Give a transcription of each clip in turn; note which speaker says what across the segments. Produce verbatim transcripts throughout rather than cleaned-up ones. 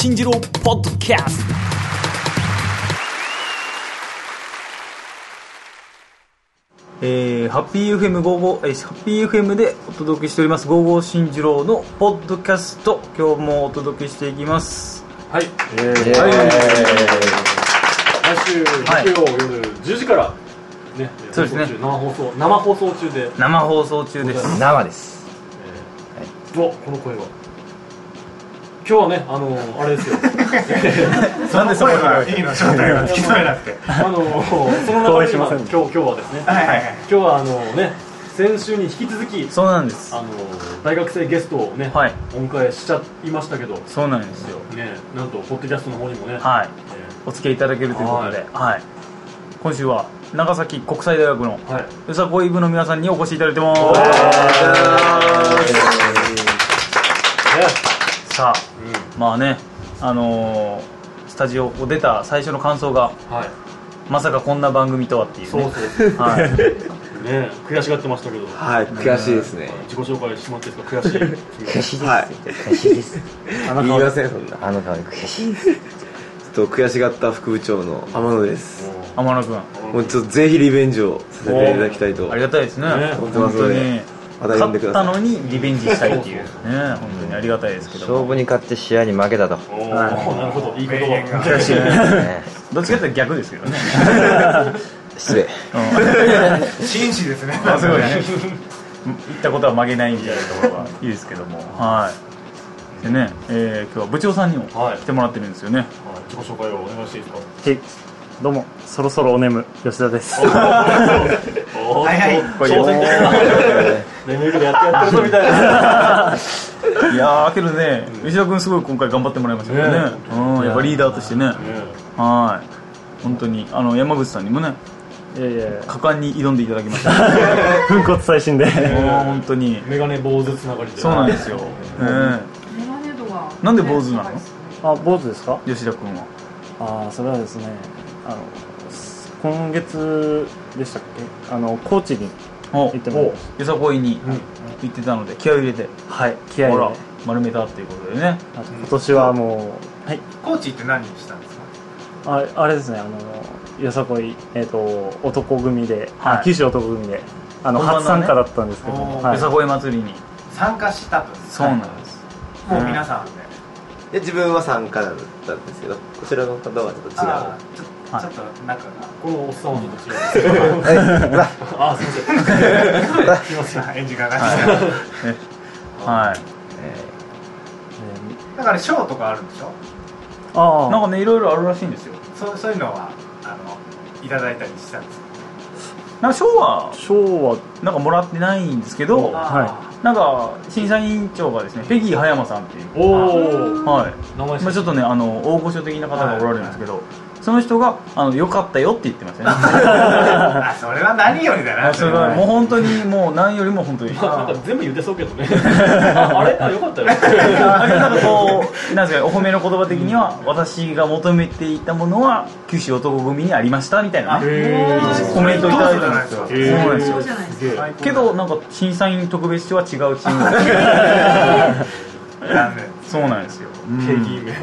Speaker 1: 慎次郎ポッドキャスト。えー、ハッピー エフエムごじゅうご、えー、ハッピー エフエム でお届けしておりますごじゅうご慎次郎のポッドキャスト、今日もお届けしていきます。
Speaker 2: はい、えー、
Speaker 1: はい、
Speaker 2: 毎週木曜夜じゅうじからね、
Speaker 1: そうですね、
Speaker 2: 生放送生放送中で
Speaker 1: 生放送中です。
Speaker 3: 生です、
Speaker 2: えーはい、お、この声は今日はね、あのー、あれですよ
Speaker 1: なんでそこが
Speaker 4: いいの正体が聞こえなくて
Speaker 2: あのー、その中で今、今日、今日はですね、
Speaker 4: はいはいはい、
Speaker 2: 今日はあのー、ね、先週に引き続き
Speaker 1: そうなんです、
Speaker 2: あのー、大学生ゲストをね、はい、お迎えしちゃいましたけど、
Speaker 1: そうなんですよ、
Speaker 2: ね、なんとポッドキャストの方にもね、
Speaker 1: はい、
Speaker 2: え
Speaker 1: ー、お付き合いいただけるということで、はいはい、今週は長崎国際大学のよさこい部の皆さんにお越しいただいてます。さあ、うん、まあね、あのー、スタジオを出た最初の感想が、はい、まさかこんな番組とはっていうね、
Speaker 2: そうそう、はいね、悔しがってましたけど、
Speaker 3: はい、悔しいですね。
Speaker 2: 自己紹介してもらっていいですか。悔しい
Speaker 3: 悔しいです、
Speaker 2: はい、
Speaker 3: 悔しいです言いません、そんな。あの顔で悔しいです。ちょっと悔しがった副部長の天野です。
Speaker 1: 天野君、
Speaker 3: もうちょっとぜひリベンジをさせていただきたいと。
Speaker 1: ありがたいですね、
Speaker 3: 思ってますので、また呼んでください。
Speaker 1: 勝ったのにリベンジしたいっていうね、本当にありがたいですけど、
Speaker 3: 勝負に勝って試合に負けたと。
Speaker 2: おお、なるほど、いい言葉。
Speaker 1: 悔しいね。どっちかというと逆ですけどね。
Speaker 3: 失礼。
Speaker 4: 紳士ですね。
Speaker 1: すごいね。言ったことは曲げないみたいなところがいいですけども、はい。でね、えー、今日は部長さんにも来てもらってるんですよね。はい、
Speaker 2: 自己紹介をお願いしていいですか。
Speaker 5: はい、どうも、そろそろお眠吉田です。
Speaker 2: はいはい、挑戦的な眠いけどやってやってるぞみたいな。
Speaker 1: いやーけどね、吉田君すごい今回頑張ってもらいましたからね、うん、やっぱリーダーとしてね、はい、本当にあの山口さんにもね、
Speaker 5: いやいや
Speaker 1: 果敢に挑んでいただきました。
Speaker 5: 粉骨最新で、
Speaker 1: 本当に
Speaker 2: メガネ坊主つながりで。
Speaker 1: そうなんですよ。なんで坊主なの？
Speaker 5: あ、坊主ですか？
Speaker 1: 吉田君は。
Speaker 5: あ、それはですね、あの今月でしたっけ、あの高知に行ってまいりました。
Speaker 1: よさこいに行ってたので気合を入れて、
Speaker 5: はい、気合を入れて
Speaker 1: 丸めたっていうことでね。
Speaker 5: 今年はもう、はい。
Speaker 4: 高知って何したんですか？
Speaker 5: あ、あれですね、あのよさこい、えっと男組で、はい、九州男組で、あの初参加だったんですけど、
Speaker 1: よさこい祭りに
Speaker 4: 参加したと。
Speaker 1: そうなんです。
Speaker 4: もう皆さんで。
Speaker 3: 自分は参加だったんですけど、こちらの方はちょっと違う。
Speaker 4: ちょっと中が
Speaker 2: このおっさんはちょっと違うんですけど。あ、すみません。すみません。
Speaker 4: エンジンが上がってきた。はい。だからショーとかあるんでしょ？
Speaker 5: ああ。
Speaker 1: なんかね、いろいろあるらしいんですよ。
Speaker 4: そうそういうのはあのいただいたりしたんですか？
Speaker 1: なんか賞は
Speaker 5: 賞は
Speaker 1: なんかもらってないんですけど、
Speaker 5: はい。
Speaker 1: なんか審査委員長がですね、ペギー葉山さんっていう、
Speaker 2: おお、
Speaker 1: はい、名前まあちょっとね、あの大御所的な方がおられるんですけど、その人があの良かったよって言ってましたね。
Speaker 4: あ、それは何よりだな。
Speaker 1: それはもう本当にもう何よりも本当に。
Speaker 2: なんか全部言ってそうけどね。あ, あれあ、良かったよ。なん
Speaker 1: かこうなんですか、お褒めの言葉的には、私が求めていたものは九州男組にありましたみたいなね、コメントいただいたんですよ。そうなんですよ。けどなんか審査員特別賞は違うチーム。そうなんですよ。
Speaker 2: ペギー名。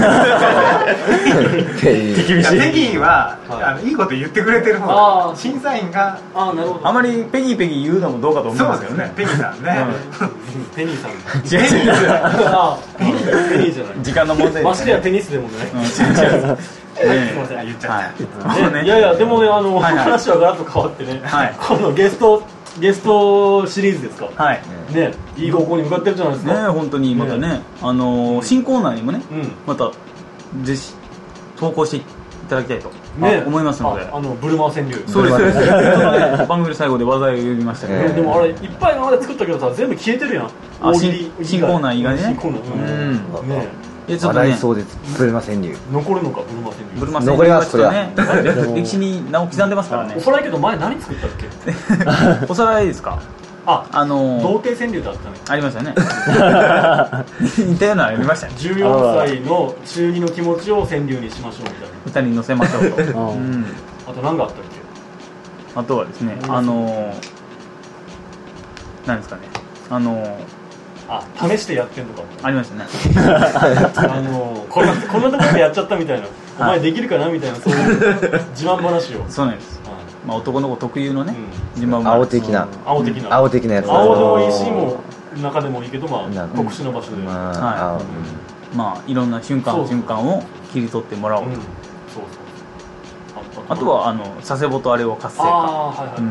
Speaker 4: 手厳しい。ペギーはあのいいこと言ってくれてる方。審査員が
Speaker 2: あ、なるほど。
Speaker 1: あまりペギーペギー言うのもどうかと思うんですけどね。
Speaker 4: ペギーさんね。
Speaker 2: ペニーさん。
Speaker 1: 違う違う。
Speaker 2: ペニーじゃない。
Speaker 1: 時間の問題。
Speaker 2: ましてやテニスでもね。
Speaker 1: 違う違う。
Speaker 2: すみません、言っちゃった。いやいや、でもね、あの話はガラッと変わってね。このゲストゲストシリーズですか。はい。ね、いい方向に向かってるじゃないですか。
Speaker 1: ね、本当にまたね、あの新コーナーにもね、またぜひ投稿していただきたいと思いますので、
Speaker 2: あのブルマー川柳。
Speaker 1: そうです。番組最後で話題を呼びましたけど、
Speaker 2: でもあれいっぱい今まで作ったけどさ、全部消えてるやん。
Speaker 1: 新新コーナー以外ね。
Speaker 2: 新コーナー。うん。ね。
Speaker 3: 話題そうです。ブルマ川柳
Speaker 2: 残るのか、ブルマ川柳。
Speaker 1: ブルマ川柳はちょっとね、歴史に名を刻んでますからね。
Speaker 2: おさらいけど前何作ったっけ？
Speaker 1: おさらいですか？
Speaker 2: あ、
Speaker 1: あの
Speaker 2: 童貞川柳だったね。
Speaker 1: ありましたね。似たようなのありましたね。
Speaker 2: じゅうよんさいの中二の気持ちを川柳にしましょうみたいな。
Speaker 1: 歌に乗せましょうと。うん。
Speaker 2: あと何があったっけ？
Speaker 1: あとはですね、あの何ですかね、あの
Speaker 2: あ、試してやってんのか
Speaker 1: ありましたね
Speaker 2: あのこんなこんなところでやっちゃったみたいな、お前できるかなみたいな、そういう自慢話を。
Speaker 1: そうなんです、まあ、男の子特有のね、
Speaker 3: 自慢話、青的な
Speaker 2: 青的な
Speaker 3: 青的なやつ、
Speaker 2: 青でもいいし、もう中でもいいけど、まあ特殊な場所で、ま
Speaker 1: あまあいろんな瞬間瞬間を切り取ってもらおうと。そうそう、あとはあの佐世保とあれを活性化。ああ、はいはい、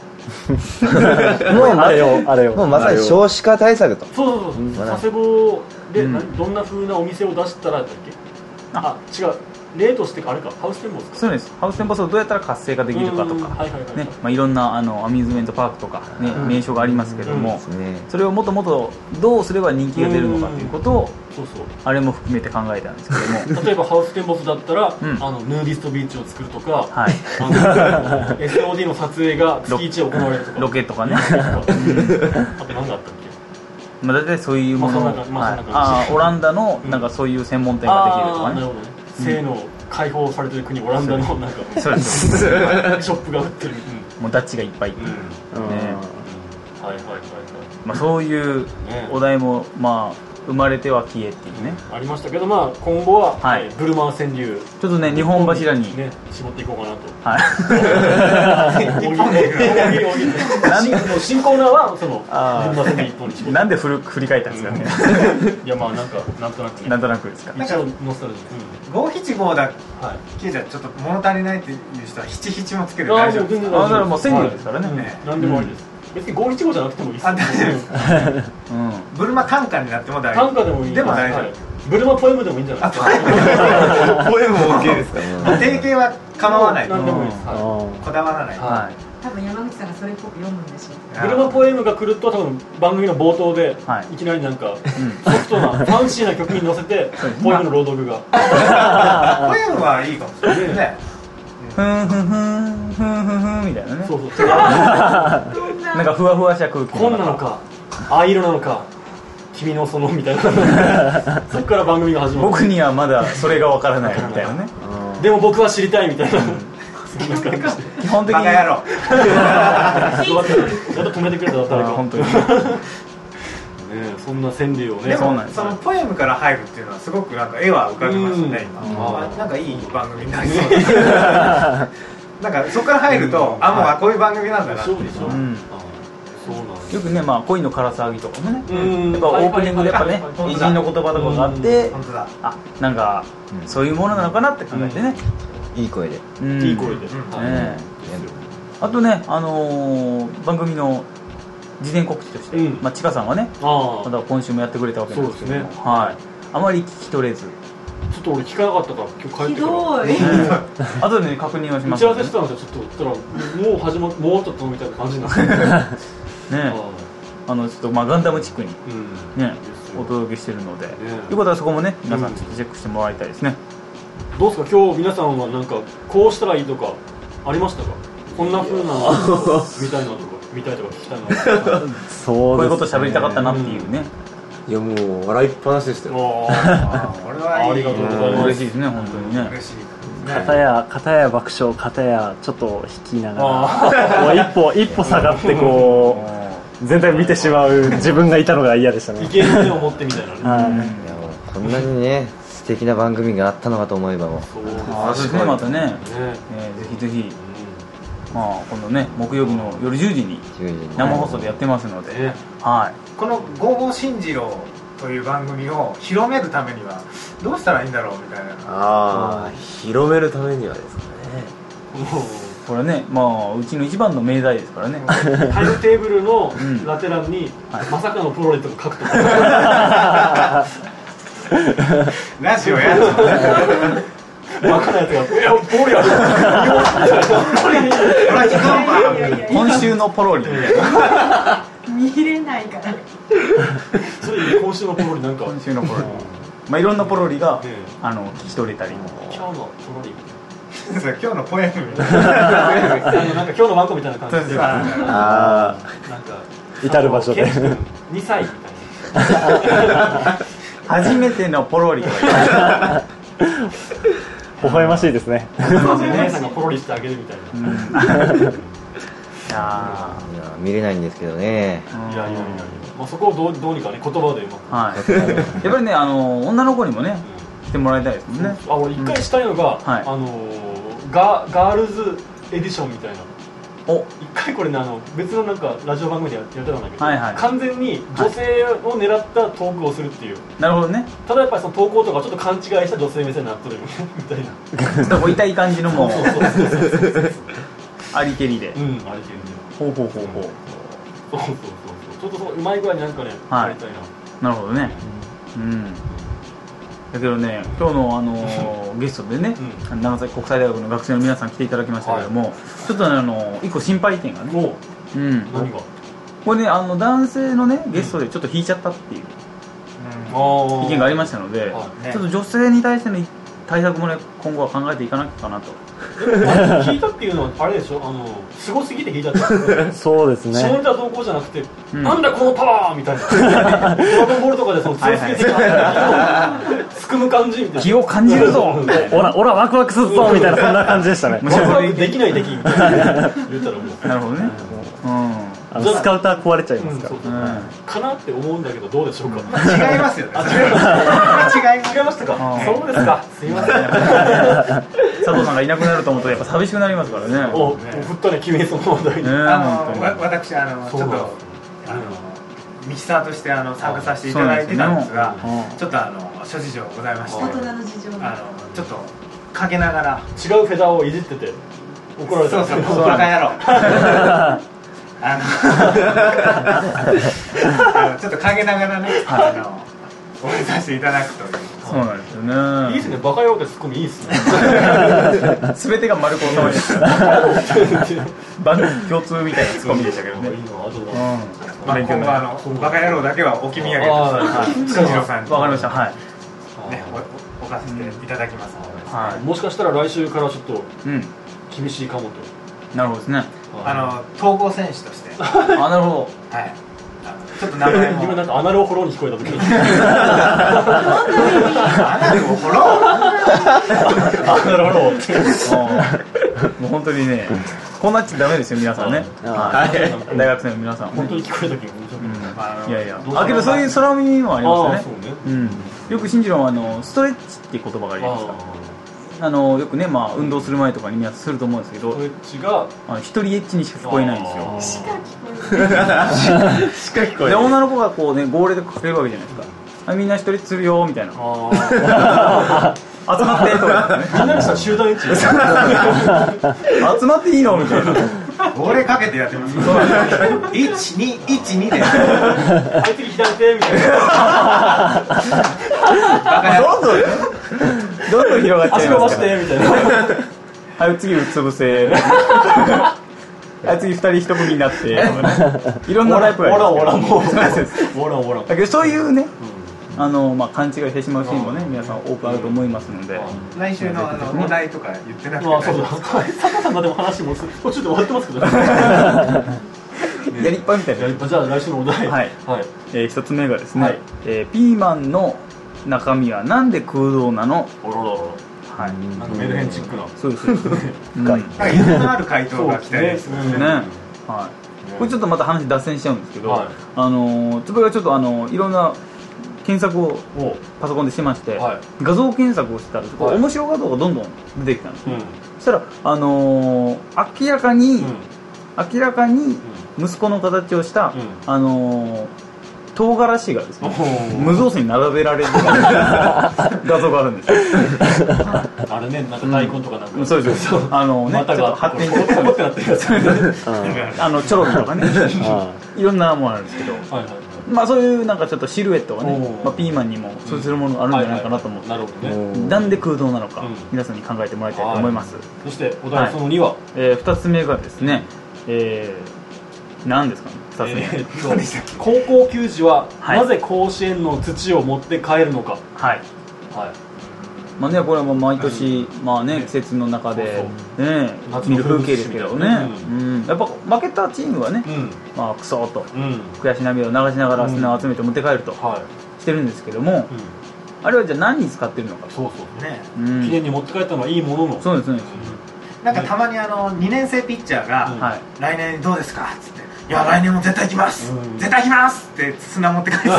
Speaker 3: もうあれよあれよもうまさに少子化対策と。
Speaker 2: そうそうそう、佐世保でどんな風なお店を出したらだっけ。あ、違う、例としてあれか、ハウステンボスか。
Speaker 1: そうです。ハウステンボスをどうやったら活性化できるかとかね、まあいろんなあのアミューズメントパークとかね名所がありますけども、それをもっともっとどうすれば人気が出るのかということをあれも含めて考えたんですけども、
Speaker 2: 例えばハウステンボスだったらあのヌーディストビーチを作るとか、エスオーディー の撮影が月一で行われるとか、
Speaker 1: ロケとかね。あ
Speaker 2: と何があったっけ。
Speaker 1: まあ大体そういうもの、あオランダのなんかそういう専門店ができるとかね。
Speaker 2: 性の解放されてる国オランダのなんかそうですショップが売ってる、
Speaker 1: もうダッチがいっぱい、ね、
Speaker 2: はいはいはいはい、
Speaker 1: まあそういうお題もまあ生まれては消えっていうね
Speaker 2: ありましたけど、まあ今後はブルマー川柳
Speaker 1: ちょっとね日本柱に
Speaker 2: ね絞っていこうかなと。はい。新コーナーはそのブルマー川柳一本に絞って。
Speaker 1: なんで振り返ったんですかね。
Speaker 2: いやまあなんかなんとなく
Speaker 1: なんとなくですか。
Speaker 2: 一応ノスタルジ
Speaker 4: ー。五七五だ。キーちゃんちょっと物足りないっていう人は七七もつける大丈夫です。
Speaker 1: ああだからもう川柳ですからね。
Speaker 2: なんでもありです。別に五七五じゃなくてもいいです。
Speaker 4: ブルマ短歌になっても大丈夫。
Speaker 2: 短歌でもいい。
Speaker 4: でも大丈夫。
Speaker 2: ブルマポエムでもいいんじゃないですか。
Speaker 4: ポエムも OK ですか。定型は構わない。
Speaker 2: 何でもいいです。
Speaker 4: こだわらない。
Speaker 6: 多分山口さんがそれっぽく読むんでしょう。
Speaker 2: ブルマポエムが来ると多分番組の冒頭でいきなりなんかソフトなファンシーな曲に乗せてポエムの朗読が。
Speaker 4: ポエムはいいかもしれないね。
Speaker 1: ふんふんふんふんふんふんみたいなね。そうそう。なんかふわふわした空気。
Speaker 2: こんなのか、藍色なのか、君のそのみたいな。そこから番組が始まる。
Speaker 1: 僕にはまだそれがわからないみたいなね。
Speaker 2: でも僕は知りたいみたいな。
Speaker 1: 基本的に。
Speaker 4: バカ野郎。
Speaker 2: やっと止めてくれた誰か。
Speaker 1: 本当に。
Speaker 2: そんな川柳をね。
Speaker 4: でもそのポエムから入るっていうのはすごくなんか絵は浮かびますね今。なんかいい番組になりそうです。なんかそこから入るとあもうこういう番組なんだなって。
Speaker 1: よくねまあ恋のから騒ぎとかもね。やっぱオープニングでやっぱね偉人の言葉とかがあって、あなんかそういうものなのかなって考えてね。
Speaker 3: いい声で。
Speaker 2: いい声で。
Speaker 1: あとねあの番組の事前告知として、まあちかさんがね、まだ今週もやってくれたわけですけども、はい、あまり聞き取れず、
Speaker 2: ちょっと俺聞かなかったから今日帰ってから。
Speaker 1: あとでね確認はします。
Speaker 2: 打ち合わせしてたんですよ。ちょっと言ったらもう始まもう終わっちゃったみたいな感じになって。ね、あのちょっとまあガンダムチックにねお届けしてるので、いうことはそこもね皆さんちょっとチェックしてもらいたいですね。 どうですか今日皆さんはなんかこうしたらいいとかありましたか。こんな風な見たいなとか見たいとか聞きたいなとか。
Speaker 1: そうこういうこと喋りたかったなっていうね。
Speaker 3: いやもう笑いっぱなしでしたよ。
Speaker 2: ありがとうございます。
Speaker 1: 嬉しいですね本当にね。
Speaker 5: 嬉しい。片や片や爆笑片やちょっと引きながらこう一歩一歩下がってこう全体を見てしまう自分がいたのが嫌でしたね。
Speaker 2: いける目を持ってみたいなね。はい。
Speaker 3: いやもうこんなにね素敵な番組があったのかと思えばもう。
Speaker 1: そうですねまたね。ぜひぜひ。まあ今度ね木曜日の夜じゅうじに生放送でやってますので、はい。
Speaker 4: このゴーゴー進次郎という番組を広めるためにはどうしたらいいんだろうみたいな。
Speaker 3: ああ広めるためにはですかね。
Speaker 1: これねまあうちの一番の命題ですからね。
Speaker 2: タイムテーブルのラテ欄にまさかのプロレットが書くとか。
Speaker 4: ラジオやる。
Speaker 2: バカなやつがいやポリあ
Speaker 1: る。今週のポロリ。
Speaker 6: 見れないから。
Speaker 2: それ今週のポロリなんか。
Speaker 1: 今週のポロリ。まあいろんなポロリがあの聞き取れたり。
Speaker 2: 今日のポロリ。
Speaker 4: 今日のポエム。
Speaker 2: なんか今日のワンコみたいな感じで。あ
Speaker 5: あ。なんか至る場所で。
Speaker 2: にさいみたいな。
Speaker 1: 初めてのポロリ。
Speaker 5: 微笑ましいですね。
Speaker 2: お姉さんがポロリしてあげるみたいな。
Speaker 3: いや見れないんですけどね。
Speaker 2: いやいやいや、まあ、そこをどう、どうにかね言葉で今、
Speaker 1: はい、やっぱりねあの女の子にもね来てもらいたいですもんね。
Speaker 2: あ、俺一回したいのが、うん、はい、あのガガールズエディションみたいな。お一回これねあの別のなんかラジオ番組でやってたんだけど、はいはい、完全に女性を狙ったトークをするっていう、はい、
Speaker 1: なるほどね。
Speaker 2: ただやっぱりその投稿とかちょっと勘違いした女性目線になってるみたいな
Speaker 1: もう痛い感じのもうありけりで、
Speaker 2: うん、ありけりで、
Speaker 1: ほうほうほうほう、
Speaker 2: そうそうそうそう、ちょっとそのうまい具合になんかね、はい、やりたい
Speaker 1: な。なるほどね。うん、うん、だけどね、今日の、あのー、ゲストでね、うん、長崎国際大学の学生の皆さん来ていただきましたけれども、はい、ちょっとね、あの一個心配点がね、うん、
Speaker 2: 何が
Speaker 1: これね、あの男性のねゲストでちょっと引いちゃったっていう、うん、意見がありましたので、うんね、ちょっと女性に対しての対策もね今後は考えていかなきゃかなと。
Speaker 2: 引いたっていうのはあれでしょ、あのすごすぎて引いちゃった。
Speaker 5: そうですね。
Speaker 2: 下ネタ投稿じゃなくて、うん、なんだこのパワーみたいな。ドラゴンボールとかでその強すぎてすくむ感じみたいな。
Speaker 1: 気を感じるぞ。
Speaker 5: オラオラワクワクするぞみたいなそんな感じでしたね。
Speaker 2: ワクワクできない敵みたいな言ったらもう。
Speaker 1: なるほどね。うん。
Speaker 5: あのスカウター壊れちゃいますから、うん
Speaker 2: うん、かなって思うんだけどどうでしょうか。
Speaker 4: 違いますよね。
Speaker 2: あ、違います違い違いましたか。そうですか。すいません。
Speaker 1: 佐藤さんがいなくなると思うとやっぱ寂しくなりますからね。
Speaker 2: お、ふっとね決めそうな話題に。
Speaker 4: あの私あのちょっとあのミキサーとしてあの参加させていただいてたんですが、ちょっとあの諸事情ございまして、
Speaker 6: 大人の事情。
Speaker 4: あのちょっとかけながら
Speaker 2: 違うフェザーをいじってて怒られた。
Speaker 4: そうそうそう、バカ野郎。あのちょっと陰ながらね、あの応援させていただくという。
Speaker 1: そうなんですよね。
Speaker 2: いいですね、バカ用でツッコミいいですね。
Speaker 1: すべてが丸く収まりです。番組共通みたいなツッコミでしたけどね。いいの、あとだ。
Speaker 4: まあ今後あのバカ野郎だけは置き土産として塚次郎さんに。
Speaker 1: わかりました。はい。
Speaker 4: ね、置かせていただきます。
Speaker 2: はい。もしかしたら来週からちょっと厳しいかもと。
Speaker 1: なるほどですね。
Speaker 4: あの統合選手として。
Speaker 1: あ、なるほど。
Speaker 4: はい。ちょっと名前も
Speaker 2: 今なんかアナルをフォローに聞こえた時に
Speaker 4: アナルをフォロー
Speaker 2: アナルフォロー
Speaker 1: もう本当にねこうなっちゃダメですよ皆さんね。大学生の皆さん
Speaker 2: 本当に聞こえた時に
Speaker 1: いやいやあけどそういう空耳もありますよね。よく信じるのはあのストレッチっていう言葉がありますからあのよくね、まあ、運動する前とかに皆さんすると思うんですけど、
Speaker 2: ストレッチが
Speaker 1: あの一人エッチにしか聞こえないんですよ。
Speaker 6: しか聞こえない。
Speaker 1: しか聞こえない。で女の子がこうね号令でかけるわけじゃないですか。あみんなストレッチするよみたいな。集まってとか、ね、
Speaker 2: みんなでしたら集団エッチ。
Speaker 1: 集まっていいのみたいな。
Speaker 4: 号令かけてやってます。一二一二で。
Speaker 2: 相手に左手みたいな。
Speaker 1: どんどんね。どんどん広がっちゃいますから。
Speaker 2: 足伸ばしてみたいな。
Speaker 1: はい、次うつ伏せ。はい、次二人一組になって、いろんなタイプがあります。
Speaker 2: オラオラもう。オラオラ。
Speaker 1: だけどそういうね、あのまあ勘違いしてしまうシーンもね、皆さん多くあると思いますので。
Speaker 4: 来週のあのお題とか言ってなくて。
Speaker 2: あ、そうだ。佐藤さんがでも話も途中で終わってますけど。
Speaker 1: やりっぱいみたいな。
Speaker 2: じゃあ来週のお題。
Speaker 1: はい。え一つ目がですね、えピーマンの中身はなんで空洞なの？
Speaker 2: おろろろ。はい。なんかメルヘンチックな。
Speaker 1: そうですね。
Speaker 4: 深い。いろんなある回答が来たりですね。
Speaker 1: はい。これちょっとまた話脱線しちゃうんですけど、あのつぶがちょっとあのいろんな検索をパソコンでしまして、画像検索をしたら面白画像がどんどん出てきたんです。そしたらあの明らかに明らかに息子の形をしたあの。唐辛子がですね無造作に並べられる画像があるんですよ。
Speaker 2: あれね、なんか大根とかなんか、
Speaker 1: うん、そうですあのね、ちょっと発展して
Speaker 2: ポってなってるやつ
Speaker 1: あのチョロギとかねいろんなものあるんですけど、はいはいはい、まあそういうなんかちょっとシルエットがね、まあ、ピーマンにもそうするものがあるんじゃないかなと思って、
Speaker 2: なるほどね、
Speaker 1: なんで空洞なのか、うん、皆さんに考えてもらいたいと思います。
Speaker 2: そしてお題そのには、はい
Speaker 1: えー、ふたつめがですね、えー、何ですかねえ
Speaker 2: ー、高校球児はなぜ甲子園の土を持って帰るのか。はい、はい、
Speaker 1: まあね、これも毎年、うん、まあね、季節の中で、ね、見る風景ですけどね、うんうん、やっぱ負けたチームはね、うん、まあクソと、うん、悔し涙を流しながら砂を集めて持って帰ると、してるんですけども、うん、あれはじゃあ何に使ってるのか。
Speaker 2: そうそうね、うん、記念に持って帰ったのはいいものの。
Speaker 1: そうですね、
Speaker 4: なんかたまにあのにねん生ピッチャーが、はい、来年どうですかっつって、いや来年も絶対来ます、うん、絶対来ますって砂持って帰ってお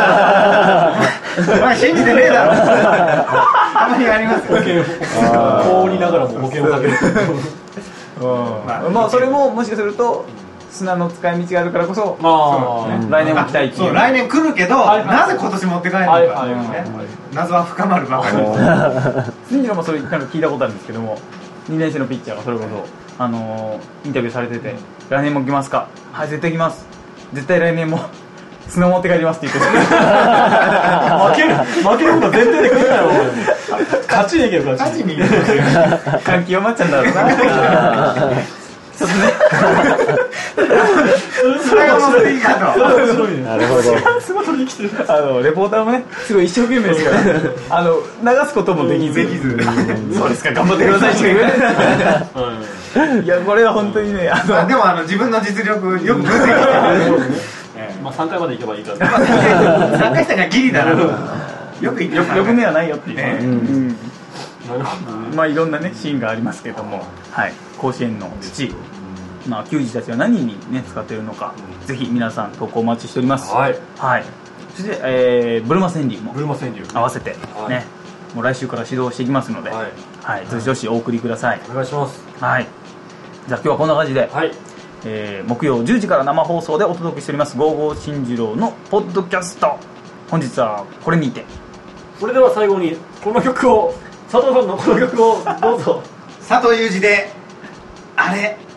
Speaker 4: 前信じてねえだろたまにありますよね。
Speaker 2: 凍りながらも保険をかける
Speaker 1: まあ、まあそれももしかすると砂の使い道があるからこそ、あそう、ね、来年も来たいっていう、
Speaker 4: そう来年来るけど、はいはい、なぜ今年持って帰るのか、はいはいはいはい、謎は深まるばかり
Speaker 1: 新庄もそれなんか聞いたことあるんですけども、にねん生のピッチャーがそれこそ、あのー、インタビューされてて、来年も来ますか、はい絶対来ます、絶対来年も砂持って帰りますって言って負
Speaker 2: ける負けること前提で来るから勝ちにいける
Speaker 4: 勝ちにいける
Speaker 1: 感極まっちゃうんだろうなちょっとね
Speaker 4: それが面白いかと
Speaker 5: なるほど
Speaker 2: すごい取りに来てる
Speaker 1: あのレポーターもねすごい一生懸命ですからあの流すこともできずできずそうですか頑張ってくださいって言われていやこれは本当にねあ
Speaker 4: のでもあの自分の実力よく分析して
Speaker 2: まあさんかいまで行けばいいから
Speaker 4: さんかい戦がギリだなよくよ
Speaker 1: く目はないよっていうね、うん、なるほどね。まあいろんなねシーンがありますけども、はい、甲子園の土、まあ球児たちは何にね使っているのか、ぜひ皆さん投稿お待ちしております。はい。はい。そして、えー、ブルマ川柳も
Speaker 2: ブルマ川柳
Speaker 1: 合わせてね、はい、もう来週から指導していきますので、はい、はい、どしどしお送りください。
Speaker 2: お願いします。
Speaker 1: はい。じゃあ今日はこんな感じで。はい。えー、木曜じゅうじから生放送でお届けしております「ゴーゴー進次郎」のポッドキャスト、本日はこれにて。
Speaker 2: それでは最後にこの曲を、佐藤さんのこの曲をどうぞ。
Speaker 4: 佐藤裕二であれ